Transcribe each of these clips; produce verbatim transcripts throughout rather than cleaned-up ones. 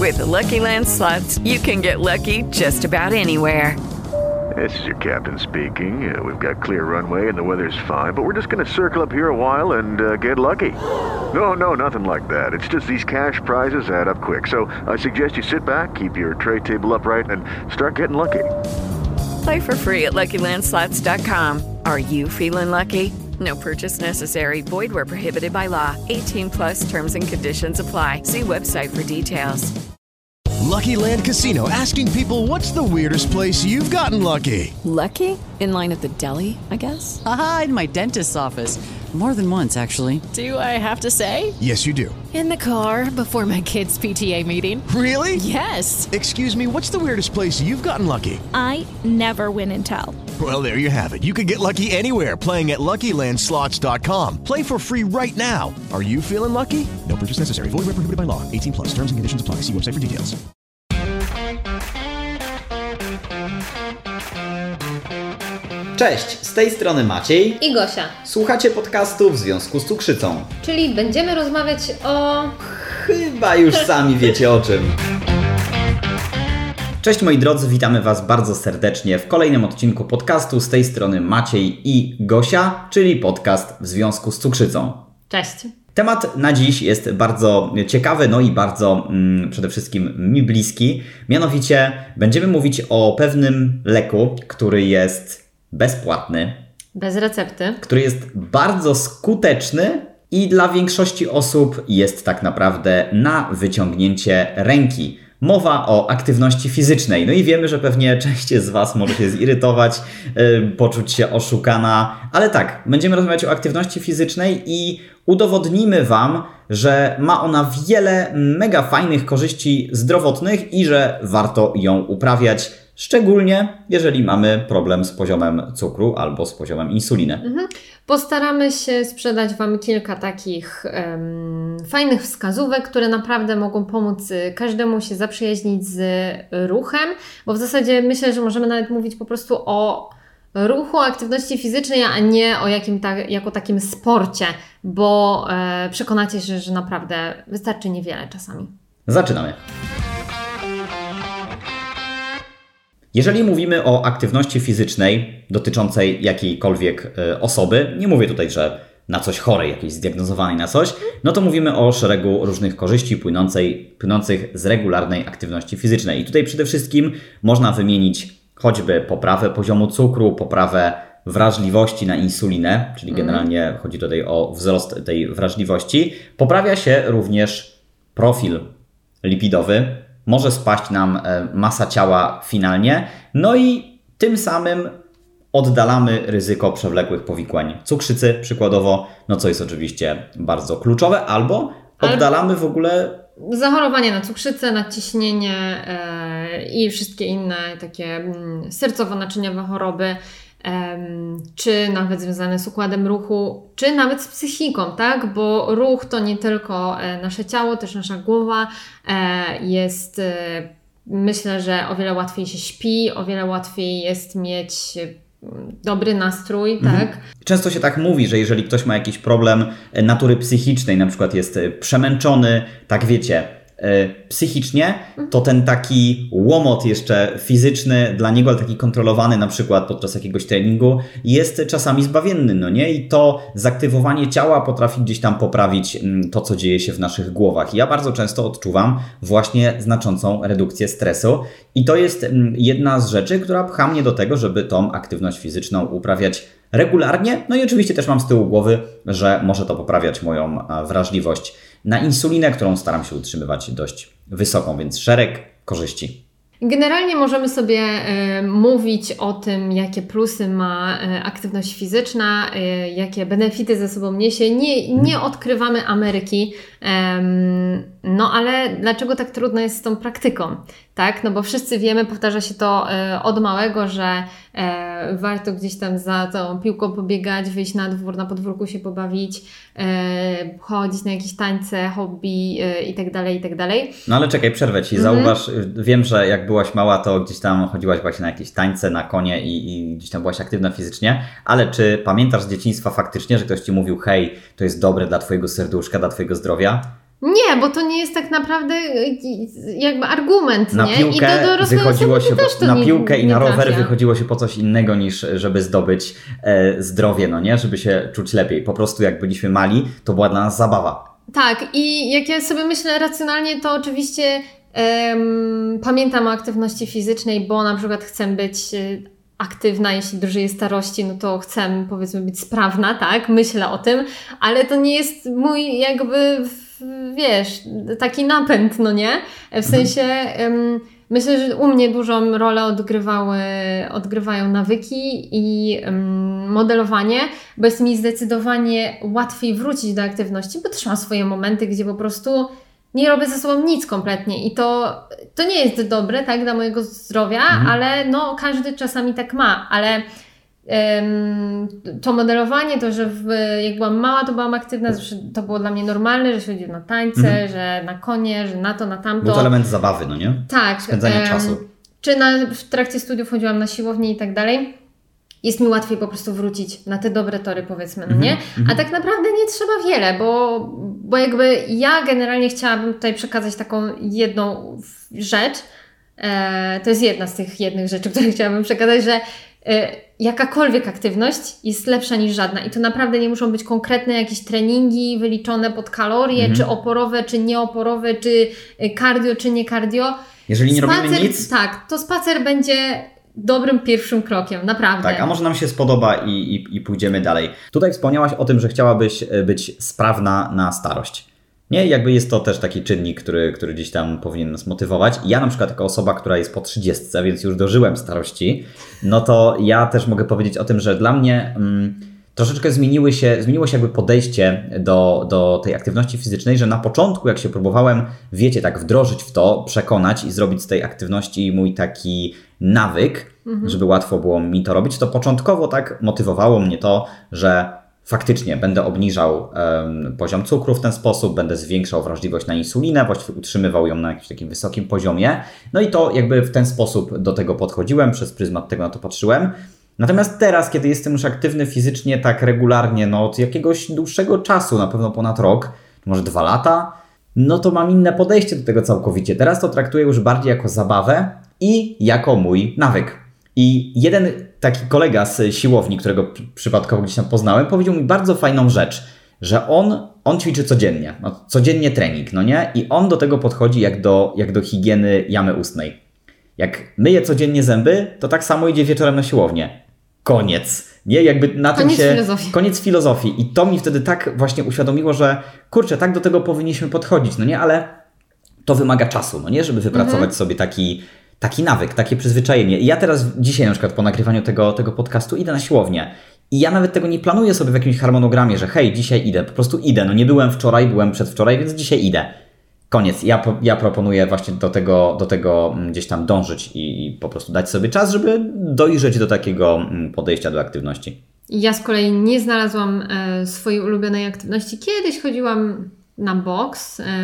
With the Lucky Land Slots, you can get lucky just about anywhere. This is your captain speaking. Uh, we've got clear runway and the weather's fine, but we're just going to circle up here a while and uh, get lucky. No, no, nothing like that. It's just these cash prizes add up quick. So I suggest you sit back, keep your tray table upright, and start getting lucky. Play for free at Lucky Land Slots dot com. Are you feeling lucky? No purchase necessary. Void where prohibited by law. eighteen plus terms and conditions apply. See website for details. Lucky Land Casino, asking people, what's the weirdest place you've gotten lucky? Lucky? In line at the deli, I guess? Aha, in my dentist's office. More than once, actually. Do I have to say? Yes, you do. In the car before my kids' P T A meeting. Really? Yes. Excuse me, what's the weirdest place you've gotten lucky? I never win and tell. Well, there you have it. You can get lucky anywhere, playing at Lucky Land Slots dot com. Play for free right now. Are you feeling lucky? No purchase necessary. Void where prohibited by law. eighteen plus. Terms and conditions apply. See website for details. Cześć, z tej strony Maciej i Gosia. Słuchacie podcastu W związku z cukrzycą. Czyli będziemy rozmawiać o... Chyba już sami wiecie o czym. Cześć moi drodzy, witamy Was bardzo serdecznie w kolejnym odcinku podcastu. Z tej strony Maciej i Gosia, czyli podcast W związku z cukrzycą. Cześć. Temat na dziś jest bardzo ciekawy, no i bardzo mm, przede wszystkim mi bliski. Mianowicie będziemy mówić o pewnym leku, który jest bezpłatny. Bez recepty. Który jest bardzo skuteczny i dla większości osób jest tak naprawdę na wyciągnięcie ręki. Mowa o aktywności fizycznej. No i wiemy, że pewnie część z Was może się zirytować, yy, poczuć się oszukana, ale tak, będziemy rozmawiać o aktywności fizycznej i udowodnimy Wam, że ma ona wiele mega fajnych korzyści zdrowotnych i że warto ją uprawiać, szczególnie jeżeli mamy problem z poziomem cukru albo z poziomem insuliny. Mhm. Postaramy się sprzedać Wam kilka takich um, fajnych wskazówek, które naprawdę mogą pomóc każdemu się zaprzyjaźnić z ruchem, bo w zasadzie myślę, że możemy nawet mówić po prostu o ruchu, aktywności fizycznej, a nie o jakim ta, jako takim sporcie, bo e, przekonacie się, że naprawdę wystarczy niewiele czasami. Zaczynamy. Jeżeli mówimy o aktywności fizycznej dotyczącej jakiejkolwiek y, osoby, nie mówię tutaj, że na coś chorej, jakiejś zdiagnozowanej na coś, no to mówimy o szeregu różnych korzyści płynącej, płynących z regularnej aktywności fizycznej. I tutaj przede wszystkim można wymienić choćby poprawę poziomu cukru, poprawę wrażliwości na insulinę, czyli generalnie mm. chodzi tutaj o wzrost tej wrażliwości. Poprawia się również profil lipidowy, może spaść nam masa ciała finalnie, no i tym samym oddalamy ryzyko przewlekłych powikłań cukrzycy przykładowo, no co jest oczywiście bardzo kluczowe, albo oddalamy w ogóle zachorowanie na cukrzycę, nadciśnienie yy, i wszystkie inne takie yy, sercowo-naczyniowe choroby, czy nawet związane z układem ruchu, czy nawet z psychiką, tak? Bo ruch to nie tylko nasze ciało, też nasza głowa. Jest, myślę, że o wiele łatwiej się śpi, o wiele łatwiej jest mieć dobry nastrój, mhm. tak? Często się tak mówi, że jeżeli ktoś ma jakiś problem natury psychicznej, na przykład jest przemęczony, tak wiecie, psychicznie, to ten taki łomot jeszcze fizyczny dla niego, ale taki kontrolowany na przykład podczas jakiegoś treningu jest czasami zbawienny, no nie? I to zaktywowanie ciała potrafi gdzieś tam poprawić to, co dzieje się w naszych głowach. I ja bardzo często odczuwam właśnie znaczącą redukcję stresu i to jest jedna z rzeczy, która pcha mnie do tego, żeby tą aktywność fizyczną uprawiać regularnie. No i oczywiście też mam z tyłu głowy, że może to poprawiać moją wrażliwość na insulinę, którą staram się utrzymywać dość wysoką, więc szereg korzyści. Generalnie możemy sobie y, mówić o tym, jakie plusy ma y, aktywność fizyczna, y, jakie benefity ze sobą niesie. Nie, nie odkrywamy Ameryki, ym, no ale dlaczego tak trudno jest z tą praktyką? Tak? No bo wszyscy wiemy, powtarza się to y, od małego, że y, warto gdzieś tam za tą piłką pobiegać, wyjść na dwór, na podwórku się pobawić, y, chodzić na jakieś tańce, hobby y, i tak dalej, i tak dalej. No ale czekaj, przerwę Ci. Mhm. Zauważ, wiem, że jak byłaś mała, to gdzieś tam chodziłaś właśnie na jakieś tańce, na konie i, i gdzieś tam byłaś aktywna fizycznie, ale czy pamiętasz z dzieciństwa faktycznie, że ktoś Ci mówił, hej, to jest dobre dla Twojego serduszka, dla Twojego zdrowia? Nie, bo to nie jest tak naprawdę jakby argument, na nie? Piłkę I do, do wychodziło się też to na nie, piłkę nie i na rower trafia. wychodziło się po coś innego niż żeby zdobyć e, zdrowie, no nie? Żeby się czuć lepiej. Po prostu jak byliśmy mali, to była dla nas zabawa. Tak, i jak ja sobie myślę racjonalnie, to oczywiście um, pamiętam o aktywności fizycznej, bo na przykład chcę być aktywna, jeśli dożyję starości, no to chcę, powiedzmy, być sprawna, tak? Myślę o tym, ale to nie jest mój jakby, wiesz, taki napęd, no nie? W sensie um, myślę, że u mnie dużą rolę odgrywały, odgrywają nawyki i um, modelowanie, bo jest mi zdecydowanie łatwiej wrócić do aktywności, bo też mam swoje momenty, gdzie po prostu nie robię ze sobą nic kompletnie i to, to nie jest dobre, tak, dla mojego zdrowia, mhm. ale no każdy czasami tak ma, ale um, to modelowanie, to, że w, jak byłam mała, to byłam aktywna, że to było dla mnie normalne, że się chodziło na tańce, mhm. że na konie, że na to, na tamto. Był to element zabawy, no nie? Tak. Spędzania um, czasu. Czy na, w trakcie studiów chodziłam na siłownię i tak dalej. Jest mi łatwiej po prostu wrócić na te dobre tory, powiedzmy, no nie? Mm-hmm. A tak naprawdę nie trzeba wiele, bo, bo jakby ja generalnie chciałabym tutaj przekazać taką jedną rzecz. E, to jest jedna z tych jednych rzeczy, które chciałabym przekazać, że e, jakakolwiek aktywność jest lepsza niż żadna i to naprawdę nie muszą być konkretne jakieś treningi wyliczone pod kalorie, mm-hmm. czy oporowe, czy nieoporowe, czy cardio, czy nie cardio. Jeżeli nie spacer, robimy nic... Tak, to spacer będzie dobrym pierwszym krokiem, naprawdę. Tak, a może nam się spodoba i, i, i pójdziemy dalej. Tutaj wspomniałaś o tym, że chciałabyś być sprawna na starość. Nie, jakby jest to też taki czynnik, który, który gdzieś tam powinien nas motywować. Ja na przykład jako osoba, która jest po trzydziestce, więc już dożyłem starości, no to ja też mogę powiedzieć o tym, że dla mnie mm, troszeczkę zmieniły się, zmieniło się jakby podejście do, do tej aktywności fizycznej, że na początku jak się próbowałem, wiecie, tak wdrożyć w to, przekonać i zrobić z tej aktywności mój taki nawyk, mhm. żeby łatwo było mi to robić, to początkowo tak motywowało mnie to, że faktycznie będę obniżał um, poziom cukru w ten sposób, będę zwiększał wrażliwość na insulinę, właściwie utrzymywał ją na jakimś takim wysokim poziomie. No i to jakby w ten sposób do tego podchodziłem, przez pryzmat tego na to patrzyłem. Natomiast teraz, kiedy jestem już aktywny fizycznie tak regularnie, no od jakiegoś dłuższego czasu, na pewno ponad rok, może dwa lata, no to mam inne podejście do tego całkowicie. Teraz to traktuję już bardziej jako zabawę i jako mój nawyk. I jeden taki kolega z siłowni, którego przypadkowo gdzieś tam poznałem, powiedział mi bardzo fajną rzecz, że on, on ćwiczy codziennie, no, codziennie trening, no nie? I on do tego podchodzi jak do, jak do higieny jamy ustnej. Jak myje codziennie zęby, to tak samo idzie wieczorem na siłownię. Koniec. Nie, jakby na tym koniec się... filozofii. Koniec filozofii. I to mi wtedy tak właśnie uświadomiło, że kurczę, tak do tego powinniśmy podchodzić, no nie? Ale to wymaga czasu, no nie? Żeby wypracować mhm. sobie taki... Taki nawyk, takie przyzwyczajenie. I ja teraz dzisiaj na przykład po nagrywaniu tego, tego podcastu idę na siłownię. I ja nawet tego nie planuję sobie w jakimś harmonogramie, że hej, dzisiaj idę. Po prostu idę. No nie byłem wczoraj, byłem przedwczoraj, więc dzisiaj idę. Koniec. Ja, ja proponuję właśnie do tego, do tego gdzieś tam dążyć i, i po prostu dać sobie czas, żeby dojrzeć do takiego podejścia do aktywności. Ja z kolei nie znalazłam e, swojej ulubionej aktywności. Kiedyś chodziłam na boks e,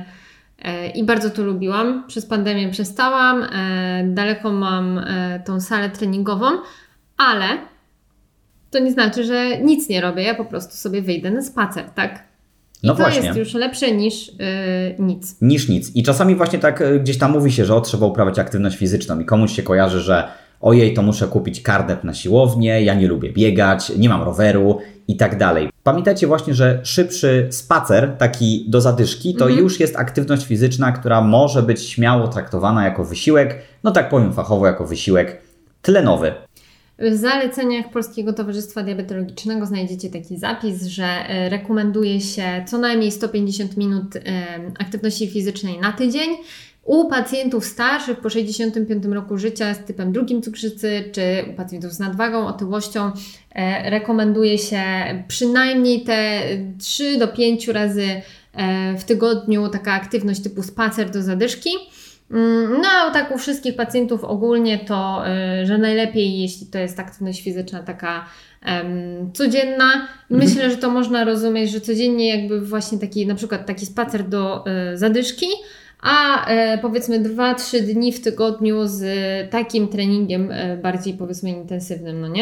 i bardzo to lubiłam. Przez pandemię przestałam, daleko mam tą salę treningową, ale to nie znaczy, że nic nie robię, ja po prostu sobie wyjdę na spacer, tak? I no to właśnie. jest już lepsze niż yy, nic. Niż nic. I czasami właśnie tak gdzieś tam mówi się, że o, trzeba uprawiać aktywność fizyczną i komuś się kojarzy, że ojej, to muszę kupić karnet na siłownię, ja nie lubię biegać, nie mam roweru i tak dalej. Pamiętajcie właśnie, że szybszy spacer, taki do zadyszki, to mhm. już jest aktywność fizyczna, która może być śmiało traktowana jako wysiłek, no tak powiem fachowo, jako wysiłek tlenowy. W zaleceniach Polskiego Towarzystwa Diabetologicznego znajdziecie taki zapis, że rekomenduje się co najmniej sto pięćdziesiąt minut aktywności fizycznej na tydzień. U pacjentów starszych po sześćdziesiątym piątym roku życia z typem drugim cukrzycy, czy u pacjentów z nadwagą, otyłością e, rekomenduje się przynajmniej te trzy do pięciu razy e, w tygodniu taka aktywność typu spacer do zadyszki. No a tak u wszystkich pacjentów ogólnie to, e, że najlepiej jeśli to jest aktywność fizyczna taka e, codzienna. Myślę, mhm. że to można rozumieć, że codziennie jakby właśnie taki na przykład taki spacer do e, zadyszki, a e, powiedzmy dwa trzy dni w tygodniu z takim treningiem e, bardziej powiedzmy intensywnym, no nie?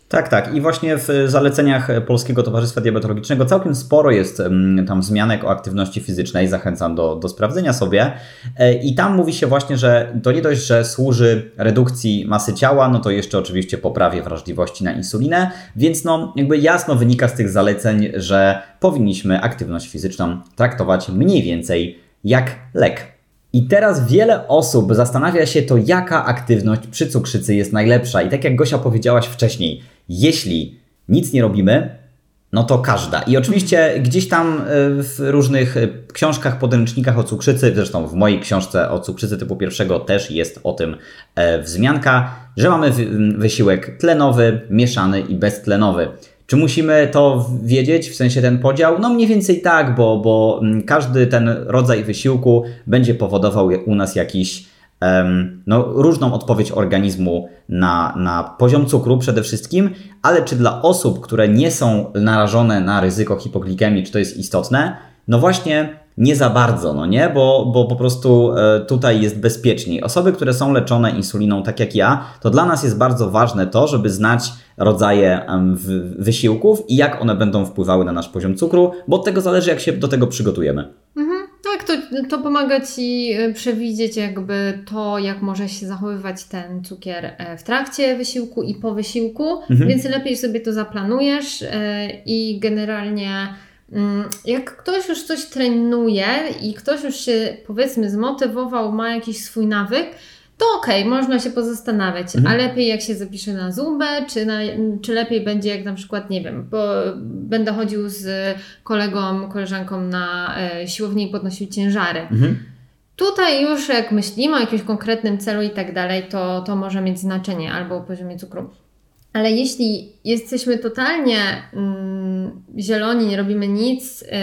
Tak, tak. I właśnie w zaleceniach Polskiego Towarzystwa Diabetologicznego całkiem sporo jest tam wzmianek o aktywności fizycznej. Zachęcam do, do sprawdzenia sobie. I tam mówi się właśnie, że to nie dość, że służy redukcji masy ciała, no to jeszcze oczywiście poprawie wrażliwości na insulinę, więc no jakby jasno wynika z tych zaleceń, że powinniśmy aktywność fizyczną traktować mniej więcej jak lek. I teraz wiele osób zastanawia się to, jaka aktywność przy cukrzycy jest najlepsza. I tak jak Gosia powiedziałaś wcześniej, jeśli nic nie robimy, no to każda. I oczywiście gdzieś tam w różnych książkach, podręcznikach o cukrzycy, zresztą w mojej książce o cukrzycy typu pierwszego też jest o tym wzmianka, że mamy wysiłek tlenowy, mieszany i beztlenowy. Czy musimy to wiedzieć, w sensie ten podział? No mniej więcej tak, bo, bo każdy ten rodzaj wysiłku będzie powodował u nas jakiś, um, no, różną odpowiedź organizmu na, na poziom cukru przede wszystkim, ale czy dla osób, które nie są narażone na ryzyko hipoglikemii, czy to jest istotne? No właśnie nie za bardzo, no nie? Bo, bo po prostu e, tutaj jest bezpieczniej. Osoby, które są leczone insuliną, tak jak ja, to dla nas jest bardzo ważne to, żeby znać rodzaje um, w, wysiłków i jak one będą wpływały na nasz poziom cukru, bo od tego zależy, jak się do tego przygotujemy. Mhm, tak, to, to pomaga Ci przewidzieć jakby to, jak może się zachowywać ten cukier w trakcie wysiłku i po wysiłku, mhm. więc lepiej sobie to zaplanujesz e, i generalnie jak ktoś już coś trenuje i ktoś już się, powiedzmy, zmotywował, ma jakiś swój nawyk, to okej, okay, można się pozastanawiać, mhm. a lepiej jak się zapisze na zumbę, czy, na, czy lepiej będzie jak na przykład, nie wiem, bo będę chodził z kolegą, koleżanką na e, siłowni i podnosił ciężary. Mhm. Tutaj już jak myślimy o jakimś konkretnym celu i tak dalej, to, to może mieć znaczenie albo o poziomie cukru. Ale jeśli jesteśmy totalnie mm, zieloni, nie robimy nic, yy,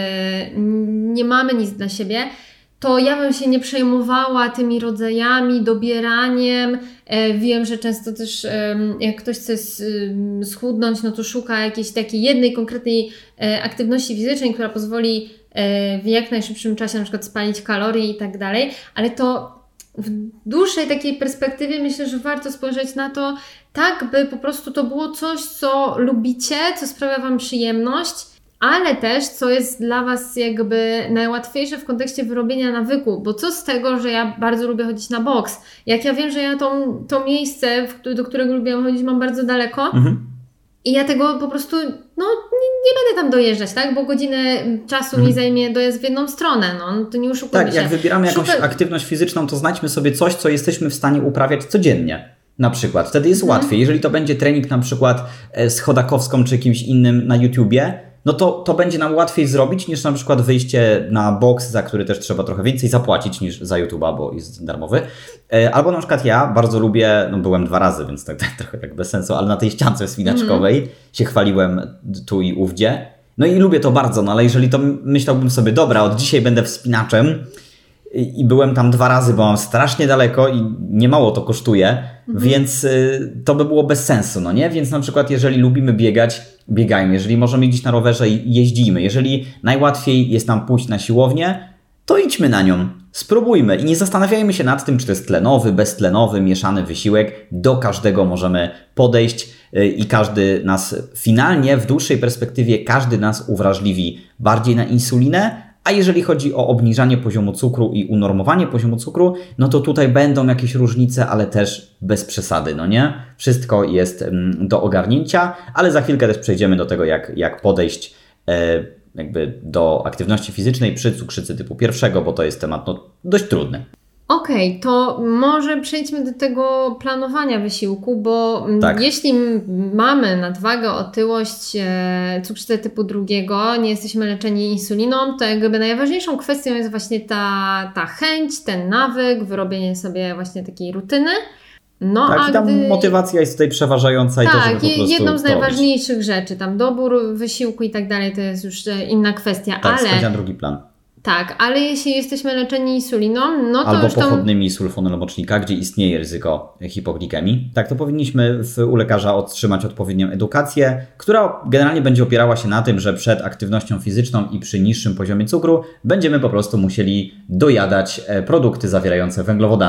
nie mamy nic dla siebie, to ja bym się nie przejmowała tymi rodzajami, dobieraniem. Yy, wiem, że często też yy, jak ktoś chce yy, schudnąć, no to szuka jakiejś takiej jednej konkretnej yy, aktywności fizycznej, która pozwoli yy, w jak najszybszym czasie na przykład spalić kalorie i tak dalej, ale to w dłuższej takiej perspektywie myślę, że warto spojrzeć na to tak, by po prostu to było coś, co lubicie, co sprawia Wam przyjemność, ale też co jest dla Was jakby najłatwiejsze w kontekście wyrobienia nawyku, bo co z tego, że ja bardzo lubię chodzić na boks, jak ja wiem, że ja tą, to miejsce, do którego lubię chodzić, mam bardzo daleko, mhm. i ja tego po prostu, no nie, nie będę tam dojeżdżać, tak? Bo godzinę czasu hmm. mi zajmie dojazd w jedną stronę, no to nie oszukujmy tak, się. Jak wybieramy jakąś Szuka... aktywność fizyczną, to znajdźmy sobie coś, co jesteśmy w stanie uprawiać codziennie. Na przykład. Wtedy jest hmm. łatwiej. Jeżeli to będzie trening na przykład z Chodakowską czy kimś innym na YouTubie, no to, to będzie nam łatwiej zrobić niż na przykład wyjście na boks, za który też trzeba trochę więcej zapłacić niż za YouTube'a, bo jest darmowy. Albo na przykład ja bardzo lubię, no byłem dwa razy, więc tak, tak trochę tak bez sensu, ale na tej ściance wspinaczkowej mm. się chwaliłem tu i ówdzie. No i lubię to bardzo, no ale jeżeli to myślałbym sobie, dobra, od dzisiaj będę wspinaczem i, i byłem tam dwa razy, bo mam strasznie daleko i niemało to kosztuje, mm. więc y, to by było bez sensu, no nie? Więc na przykład jeżeli lubimy biegać, biegajmy. Jeżeli możemy gdzieś na rowerze, jeździmy. Jeżeli najłatwiej jest nam pójść na siłownię, to idźmy na nią. Spróbujmy i nie zastanawiajmy się nad tym, czy to jest tlenowy, beztlenowy, mieszany wysiłek. Do każdego możemy podejść i każdy nas finalnie, w dłuższej perspektywie, każdy nas uwrażliwi bardziej na insulinę. A jeżeli chodzi o obniżanie poziomu cukru i unormowanie poziomu cukru, no to tutaj będą jakieś różnice, ale też bez przesady, no nie? Wszystko jest do ogarnięcia, ale za chwilkę też przejdziemy do tego, jak, jak podejść e, jakby do aktywności fizycznej przy cukrzycy typu pierwszego, bo to jest temat no, dość trudny. Okej, okay, to może przejdźmy do tego planowania wysiłku, bo tak. jeśli mamy nadwagę, otyłość, e, cukrzycę typu drugiego, nie jesteśmy leczeni insuliną, to jakby najważniejszą kwestią jest właśnie ta, ta chęć, ten nawyk, wyrobienie sobie właśnie takiej rutyny. No, tak, a i tam gdy... motywacja jest tutaj przeważająca tak, i to, żeby po prostu jedną z najważniejszych rzeczy, tam dobór wysiłku i tak dalej, to jest już inna kwestia, tak, ale... schodzi na drugi plan. Tak, ale jeśli jesteśmy leczeni insuliną, no to albo już tam... pochodnymi sulfonylmocznika, gdzie istnieje ryzyko hipoglikemii, tak to powinniśmy w, u lekarza otrzymać odpowiednią edukację, która generalnie będzie opierała się na tym, że przed aktywnością fizyczną i przy niższym poziomie cukru będziemy po prostu musieli dojadać produkty zawierające węglowodany.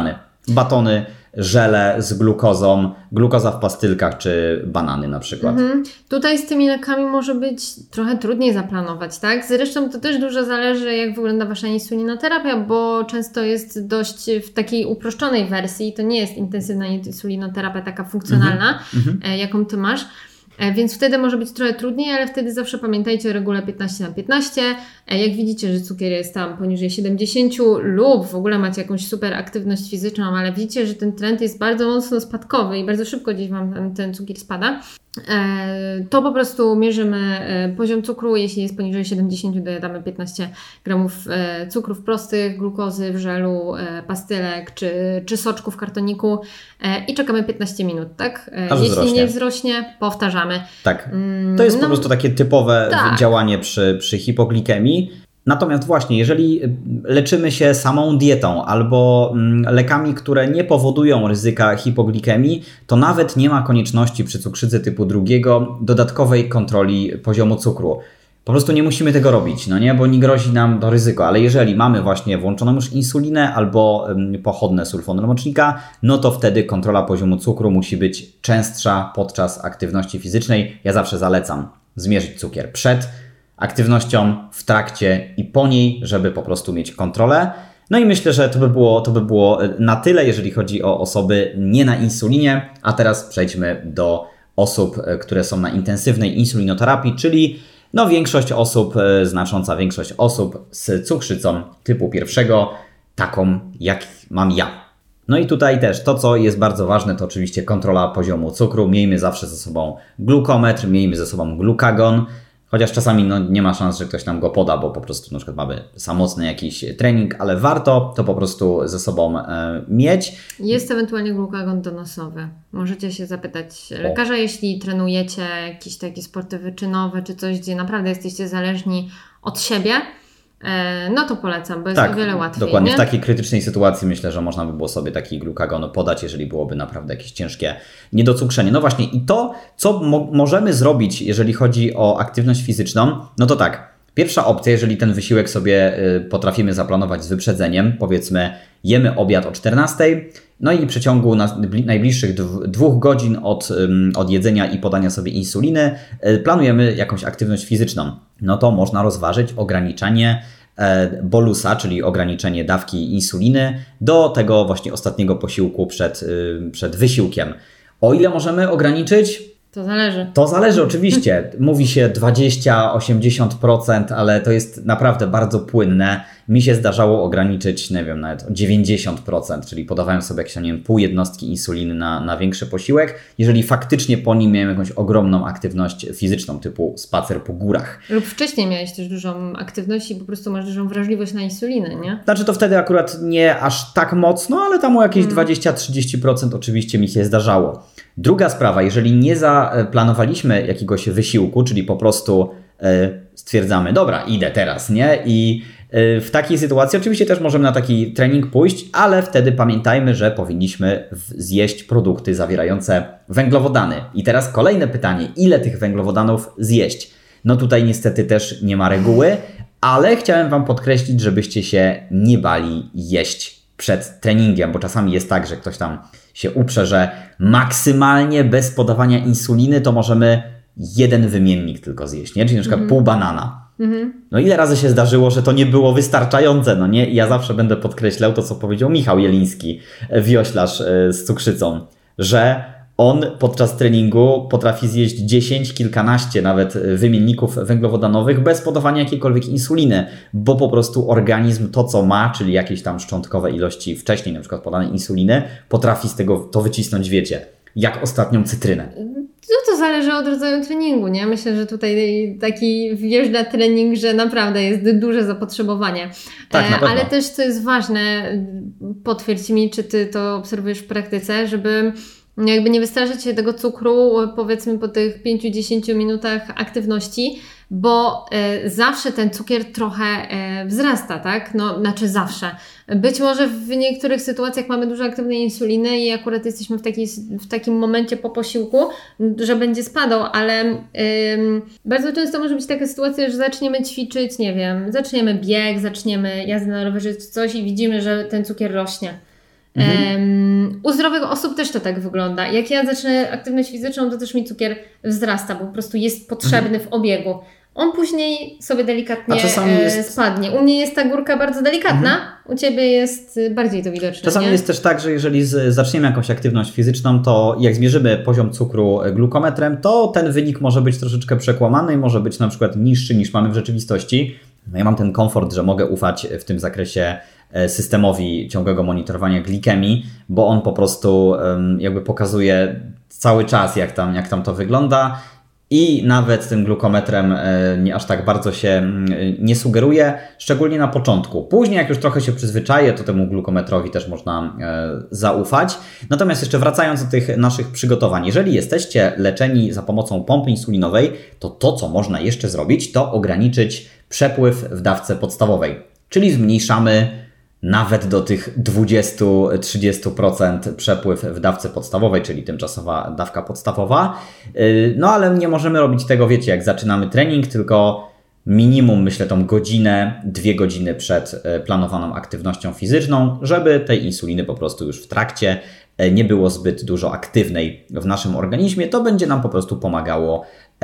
batony, żele z glukozą, glukoza w pastylkach czy banany na przykład. Mhm. Tutaj z tymi lekami może być trochę trudniej zaplanować, tak? Zresztą to też dużo zależy, jak wygląda Wasza insulinoterapia, bo często jest dość w takiej uproszczonej wersji, to nie jest intensywna insulinoterapia taka funkcjonalna, mhm. jaką Ty masz. Więc wtedy może być trochę trudniej, ale wtedy zawsze pamiętajcie o regule piętnaście na piętnaście. Jak widzicie, że cukier jest tam poniżej siedemdziesiąt lub w ogóle macie jakąś super aktywność fizyczną, ale widzicie, że ten trend jest bardzo mocno spadkowy i bardzo szybko gdzieś Wam ten, ten cukier spada, to po prostu mierzymy poziom cukru. Jeśli jest poniżej siedemdziesiąt, dodamy piętnaście gramów cukrów prostych, glukozy w żelu, pastylek czy, czy soczku w kartoniku i czekamy piętnaście minut, tak? Aż Jeśli wzrośnie. nie wzrośnie, powtarzamy. Tak, to jest no, po prostu takie typowe tak. działanie przy, przy hipoglikemii. Natomiast właśnie, jeżeli leczymy się samą dietą albo lekami, które nie powodują ryzyka hipoglikemii, to nawet nie ma konieczności przy cukrzycy typu drugiego dodatkowej kontroli poziomu cukru. Po prostu nie musimy tego robić, no nie, bo nie grozi nam to ryzyko, ale jeżeli mamy właśnie włączoną już insulinę albo pochodne sulfonylmocznika, no to wtedy kontrola poziomu cukru musi być częstsza podczas aktywności fizycznej. Ja zawsze zalecam zmierzyć cukier przed aktywnością, w trakcie i po niej, żeby po prostu mieć kontrolę. No i myślę, że to by było, to by było na tyle, jeżeli chodzi o osoby nie na insulinie. A teraz przejdźmy do osób, które są na intensywnej insulinoterapii, czyli no większość osób, znacząca większość osób z cukrzycą typu pierwszego, taką jak mam ja. No i tutaj też to, co jest bardzo ważne, to oczywiście kontrola poziomu cukru. Miejmy zawsze ze sobą glukometr, miejmy ze sobą glukagon. Chociaż czasami no, nie ma szans, że ktoś nam go poda, bo po prostu na przykład mamy samotny jakiś trening, ale warto to po prostu ze sobą e, mieć. Jest ewentualnie glukagon donosowy. Możecie się zapytać lekarza, o. jeśli trenujecie jakieś takie sporty wyczynowe, czy coś, gdzie naprawdę jesteście zależni od siebie, e, no to polecam, bo jest tak, o wiele łatwiej. Dokładnie, nie? w takiej krytycznej sytuacji myślę, że można by było sobie taki glukagon podać, jeżeli byłoby naprawdę jakieś ciężkie niedocukrzenie. No właśnie i to, co mo- możemy zrobić, jeżeli chodzi o aktywność fizyczną, no to tak, pierwsza opcja, jeżeli ten wysiłek sobie y, potrafimy zaplanować z wyprzedzeniem, powiedzmy jemy obiad o czternastej, no i w przeciągu na, najbliższych dw- dwóch godzin od, ym, od jedzenia i podania sobie insuliny y, planujemy jakąś aktywność fizyczną, no to można rozważyć ograniczanie bolusa, czyli ograniczenie dawki insuliny do tego właśnie ostatniego posiłku przed, przed wysiłkiem. O ile możemy ograniczyć? To zależy. To zależy oczywiście. Mówi się dwadzieścia do osiemdziesięciu procent, ale to jest naprawdę bardzo płynne. Mi się zdarzało ograniczyć, nie wiem, nawet o dziewięćdziesiąt procent, czyli podawałem sobie jakieś, nie wiem, pół jednostki insuliny na, na większy posiłek, jeżeli faktycznie po nim miałem jakąś ogromną aktywność fizyczną, typu spacer po górach. Lub wcześniej miałeś też dużą aktywność i po prostu masz dużą wrażliwość na insulinę, nie? Znaczy to wtedy akurat nie aż tak mocno, ale tam o jakieś hmm. dwadzieścia do trzydziestu procent oczywiście mi się zdarzało. Druga sprawa, jeżeli nie zaplanowaliśmy jakiegoś wysiłku, czyli po prostu y, stwierdzamy, dobra, idę teraz, nie? I y, w takiej sytuacji oczywiście też możemy na taki trening pójść, ale wtedy pamiętajmy, że powinniśmy w, zjeść produkty zawierające węglowodany. I teraz kolejne pytanie, ile tych węglowodanów zjeść? No tutaj niestety też nie ma reguły, ale chciałem Wam podkreślić, żebyście się nie bali jeść przed treningiem, bo czasami jest tak, że ktoś tam się uprze, że maksymalnie bez podawania insuliny to możemy jeden wymiennik tylko zjeść, nie? Czyli na przykład mm-hmm. pół banana. Mm-hmm. No ile razy się zdarzyło, że to nie było wystarczające, no nie? I ja zawsze będę podkreślał to, co powiedział Michał Jeliński, wioślarz z cukrzycą, że on podczas treningu potrafi zjeść dziesięć, kilkanaście nawet wymienników węglowodanowych bez podawania jakiejkolwiek insuliny, bo po prostu organizm to, co ma, czyli jakieś tam szczątkowe ilości wcześniej na przykład podanej insuliny, potrafi z tego to wycisnąć, wiecie, jak ostatnią cytrynę. No to zależy od rodzaju treningu, nie? Myślę, że tutaj taki wjeżdża trening, że naprawdę jest duże zapotrzebowanie. Tak, na pewno. Ale też, co jest ważne, potwierdź mi, czy Ty to obserwujesz w praktyce, żeby jakby nie wystraszyć się tego cukru, powiedzmy po tych pięciu do dziesięciu minutach aktywności, bo e, zawsze ten cukier trochę e, wzrasta, tak? No, znaczy zawsze. Być może w niektórych sytuacjach mamy dużo aktywnej insuliny i akurat jesteśmy w, takiej, w takim momencie po posiłku, że będzie spadał, ale ym, bardzo często może być taka sytuacja, że zaczniemy ćwiczyć, nie wiem, zaczniemy bieg, zaczniemy jazdę na rowerze czy coś i widzimy, że ten cukier rośnie. Mhm. Um, u zdrowych osób też to tak wygląda. Jak ja zacznę aktywność fizyczną, to też mi cukier wzrasta, bo po prostu jest potrzebny mhm. w obiegu. On później sobie delikatnie jest... spadnie. U mnie jest ta górka bardzo delikatna, mhm. u Ciebie jest bardziej to widoczne. Czasami nie? jest też tak, że jeżeli z, zaczniemy jakąś aktywność fizyczną, to jak zmierzymy poziom cukru glukometrem, to ten wynik może być troszeczkę przekłamany i może być na przykład niższy niż mamy w rzeczywistości. Ja mam ten komfort, że mogę ufać w tym zakresie systemowi ciągłego monitorowania glikemii, bo on po prostu jakby pokazuje cały czas, jak tam, jak tam to wygląda. I nawet tym glukometrem nie aż tak bardzo się nie sugeruje, szczególnie na początku. Później, jak już trochę się przyzwyczaję, to temu glukometrowi też można zaufać. Natomiast jeszcze wracając do tych naszych przygotowań, jeżeli jesteście leczeni za pomocą pompy insulinowej, to to, co można jeszcze zrobić, to ograniczyć przepływ w dawce podstawowej. Czyli zmniejszamy nawet do tych dwadzieścia do trzydziestu procent przepływ w dawce podstawowej, czyli tymczasowa dawka podstawowa. No ale nie możemy robić tego, wiecie, jak zaczynamy trening, tylko minimum, myślę, tą godzinę, dwie godziny przed planowaną aktywnością fizyczną, żeby tej insuliny po prostu już w trakcie nie było zbyt dużo aktywnej w naszym organizmie. To będzie nam po prostu pomagało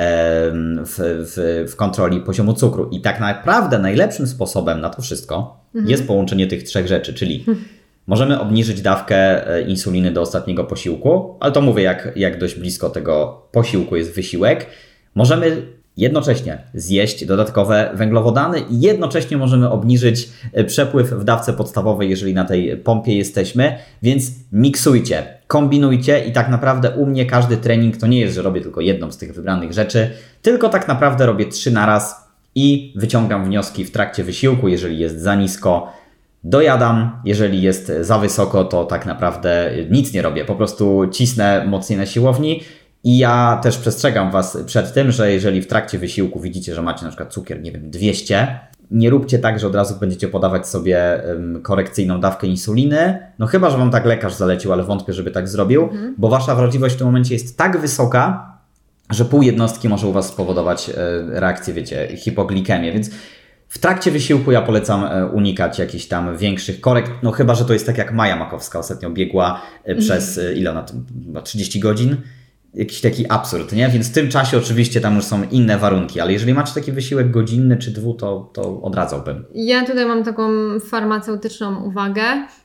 w, w, w kontroli poziomu cukru. I tak naprawdę najlepszym sposobem na to wszystko mhm. jest połączenie tych trzech rzeczy, czyli mhm. możemy obniżyć dawkę insuliny do ostatniego posiłku, ale to mówię, jak, jak dość blisko tego posiłku jest wysiłek. Możemy jednocześnie zjeść dodatkowe węglowodany i jednocześnie możemy obniżyć przepływ w dawce podstawowej, jeżeli na tej pompie jesteśmy, więc miksujcie, kombinujcie i tak naprawdę u mnie każdy trening to nie jest, że robię tylko jedną z tych wybranych rzeczy, tylko tak naprawdę robię trzy na raz i wyciągam wnioski w trakcie wysiłku, jeżeli jest za nisko, dojadam, jeżeli jest za wysoko, to tak naprawdę nic nie robię, po prostu cisnę mocniej na siłowni. I ja też przestrzegam Was przed tym, że jeżeli w trakcie wysiłku widzicie, że macie na przykład cukier, nie wiem, dwieście, nie róbcie tak, że od razu będziecie podawać sobie um, korekcyjną dawkę insuliny, no chyba, że Wam tak lekarz zalecił, ale wątpię, żeby tak zrobił, mhm. bo Wasza wrażliwość w tym momencie jest tak wysoka, że pół jednostki może u Was spowodować e, reakcję, wiecie, hipoglikemię, więc w trakcie wysiłku ja polecam unikać jakichś tam większych korekt, no chyba, że to jest tak jak Maja Makowska ostatnio biegła mhm. przez, ile ona, trzydzieści godzin, jakiś taki absurd, nie? Więc w tym czasie oczywiście tam już są inne warunki, ale jeżeli macie taki wysiłek godzinny czy dwu, to, to odradzałbym. Ja tutaj mam taką farmaceutyczną uwagę.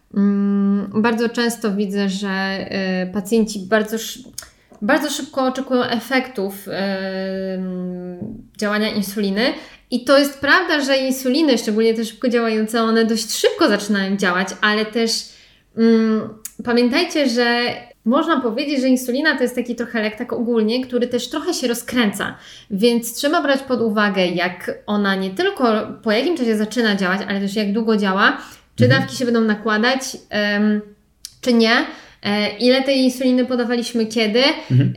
Hmm, bardzo często widzę, że y, pacjenci bardzo, sz- bardzo szybko oczekują efektów y, działania insuliny i to jest prawda, że insuliny, szczególnie te szybko działające, one dość szybko zaczynają działać, ale też y, pamiętajcie, że można powiedzieć, że insulina to jest taki trochę lek tak ogólnie, który też trochę się rozkręca, więc trzeba brać pod uwagę, jak ona nie tylko po jakim czasie zaczyna działać, ale też jak długo działa, czy mhm. dawki się będą nakładać, um, czy nie, e, ile tej insuliny podawaliśmy kiedy, mhm.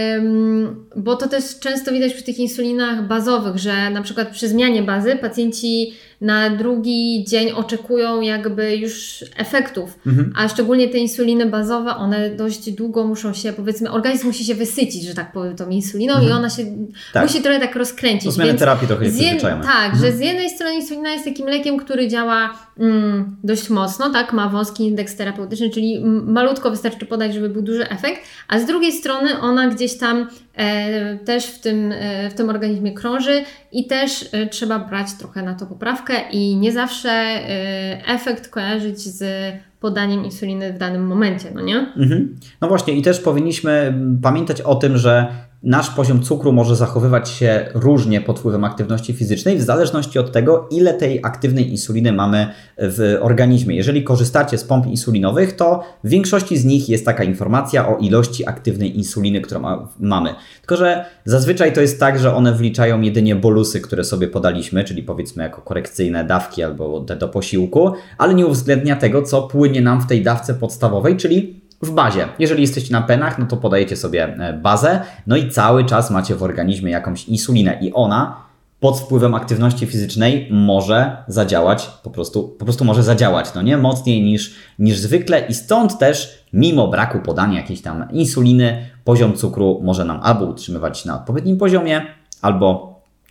e, bo to też często widać przy tych insulinach bazowych, że na przykład przy zmianie bazy pacjenci na drugi dzień oczekują jakby już efektów, mhm. a szczególnie te insuliny bazowe, one dość długo muszą się, powiedzmy, organizm musi się wysycić, że tak powiem, tą insuliną mhm. i ona się tak. musi trochę tak rozkręcić. To zmiany terapii trochę się przyzwyczajamy. Tak, mhm. że z jednej strony insulina jest takim lekiem, który działa mm, dość mocno, tak, ma wąski indeks terapeutyczny, czyli malutko wystarczy podać, żeby był duży efekt, a z drugiej strony ona gdzieś tam e, też w tym, e, w tym organizmie krąży i też e, trzeba brać trochę na to poprawkę i nie zawsze e, efekt kojarzyć z podaniem insuliny w danym momencie, no nie? Mhm. No właśnie i też powinniśmy pamiętać o tym, że nasz poziom cukru może zachowywać się różnie pod wpływem aktywności fizycznej w zależności od tego, ile tej aktywnej insuliny mamy w organizmie. Jeżeli korzystacie z pomp insulinowych, to w większości z nich jest taka informacja o ilości aktywnej insuliny, którą ma, mamy. Tylko że zazwyczaj to jest tak, że one wliczają jedynie bolusy, które sobie podaliśmy, czyli powiedzmy jako korekcyjne dawki albo te do posiłku, ale nie uwzględnia tego, co płynie nam w tej dawce podstawowej, czyli w bazie. Jeżeli jesteście na penach, no to podajecie sobie bazę, no i cały czas macie w organizmie jakąś insulinę i ona pod wpływem aktywności fizycznej może zadziałać, po prostu, po prostu może zadziałać, no nie? Mocniej niż, niż zwykle i stąd też mimo braku podania jakiejś tam insuliny, poziom cukru może nam albo utrzymywać na odpowiednim poziomie, albo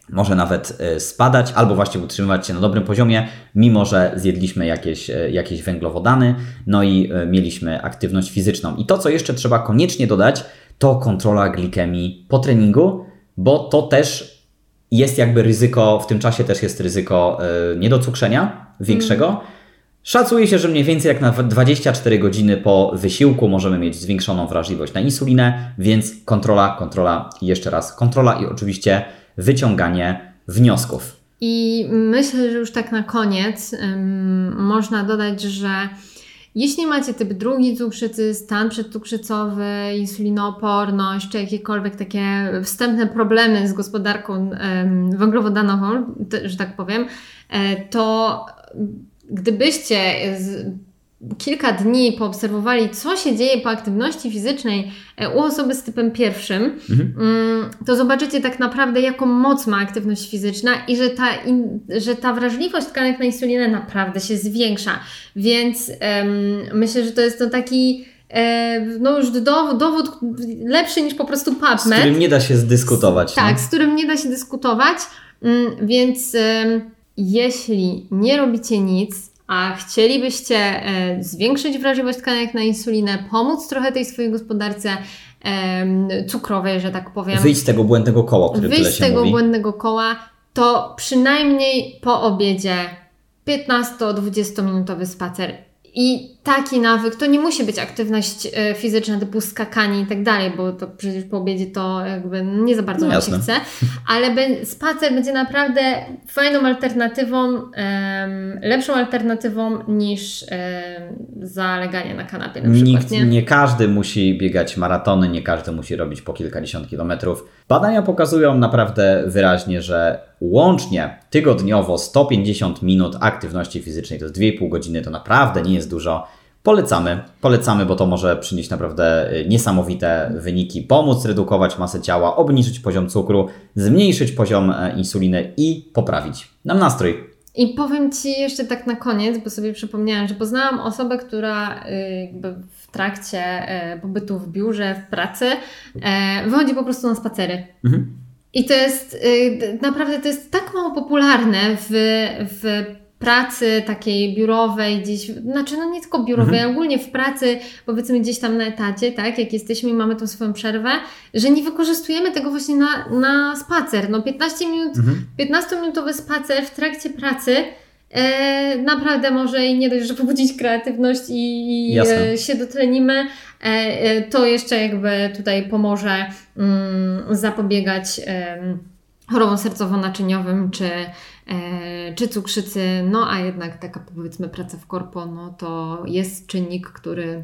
może nawet spadać albo właśnie utrzymywać się na dobrym poziomie, mimo że zjedliśmy jakieś, jakieś węglowodany, no i mieliśmy aktywność fizyczną. I to, co jeszcze trzeba koniecznie dodać, to kontrola glikemii po treningu, bo to też jest jakby ryzyko, w tym czasie też jest ryzyko niedocukrzenia większego. Mm. Szacuje się, że mniej więcej jak na dwadzieścia cztery godziny po wysiłku możemy mieć zwiększoną wrażliwość na insulinę, więc kontrola, kontrola i jeszcze raz kontrola i oczywiście wyciąganie wniosków. I myślę, że już tak na koniec um, można dodać, że jeśli macie typ drugi cukrzycy, stan przedcukrzycowy, insulinooporność, czy jakiekolwiek takie wstępne problemy z gospodarką um, węglowodanową, że tak powiem, to gdybyście z, kilka dni poobserwowali, co się dzieje po aktywności fizycznej u osoby z typem pierwszym, mhm. to zobaczycie tak naprawdę, jaką moc ma aktywność fizyczna i że ta, in, że ta wrażliwość tkanek na insulinę naprawdę się zwiększa. Więc um, myślę, że to jest to taki e, no już dowód, dowód lepszy niż po prostu PubMed. Z którym nie da się zdyskutować. Z, tak, no? z którym nie da się dyskutować. Um, więc um, jeśli nie robicie nic, a chcielibyście e, zwiększyć wrażliwość tkanek na insulinę, pomóc trochę tej swojej gospodarce e, cukrowej, że tak powiem. Wyjść z tego błędnego koła, o którym tyle się mówi. Wyjść z tego błędnego koła, to przynajmniej po obiedzie piętnasto-dwudziestominutowy spacer. I taki nawyk, to nie musi być aktywność e, fizyczna typu skakanie i tak dalej, bo to przecież po obiedzie to jakby nie za bardzo no nam się chce, ale be, spacer będzie naprawdę fajną alternatywą, e, lepszą alternatywą niż e, zaleganie na kanapie na przykład. Nikt, nie? nie każdy musi biegać maratony, nie każdy musi robić po kilkadziesiąt kilometrów. Badania pokazują naprawdę wyraźnie, że łącznie tygodniowo sto pięćdziesiąt minut aktywności fizycznej, to jest dwie i pół godziny, to naprawdę nie jest dużo. Polecamy, polecamy, bo to może przynieść naprawdę niesamowite wyniki, pomóc redukować masę ciała, obniżyć poziom cukru, zmniejszyć poziom insuliny i poprawić nam nastrój. I powiem Ci jeszcze tak na koniec, bo sobie przypomniałam, że poznałam osobę, która jakby w trakcie pobytu w biurze, w pracy wychodzi po prostu na spacery. Mhm. I to jest naprawdę, to jest tak mało popularne w, w pracy takiej biurowej, gdzieś, znaczy no nie tylko biurowej, mhm. ogólnie w pracy, powiedzmy gdzieś tam na etacie, tak, jak jesteśmy i mamy tą swoją przerwę, że nie wykorzystujemy tego właśnie na, na spacer. No piętnaście minut, mhm. piętnastominutowy spacer w trakcie pracy e, naprawdę może i nie dość, że pobudzić kreatywność i e, się dotlenimy, e, e, to jeszcze jakby tutaj pomoże mm, zapobiegać e, chorobom sercowo-naczyniowym czy czy cukrzycy, no a jednak taka powiedzmy praca w korpo, no to jest czynnik, który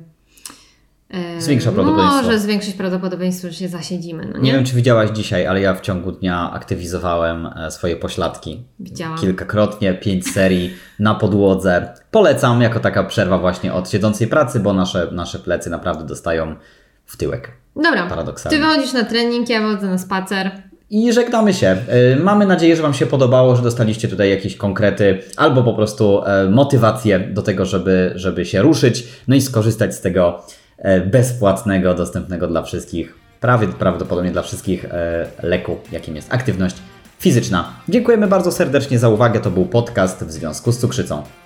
zwiększa prawdopodobieństwo. Może zwiększyć prawdopodobieństwo, że się zasiedzimy. No nie? nie wiem, czy widziałaś dzisiaj, ale ja w ciągu dnia aktywizowałem swoje pośladki. Widziałam. Kilkakrotnie, pięć serii na podłodze. Polecam jako taka przerwa właśnie od siedzącej pracy, bo nasze, nasze plecy naprawdę dostają w tyłek. Dobra, paradoksalnie. Ty wychodzisz na trening, ja wychodzę na spacer. I żegnamy się. Mamy nadzieję, że Wam się podobało, że dostaliście tutaj jakieś konkrety albo po prostu motywację do tego, żeby, żeby się ruszyć, no i skorzystać z tego bezpłatnego, dostępnego dla wszystkich, prawie prawdopodobnie dla wszystkich leku, jakim jest aktywność fizyczna. Dziękujemy bardzo serdecznie za uwagę. To był podcast w związku z cukrzycą.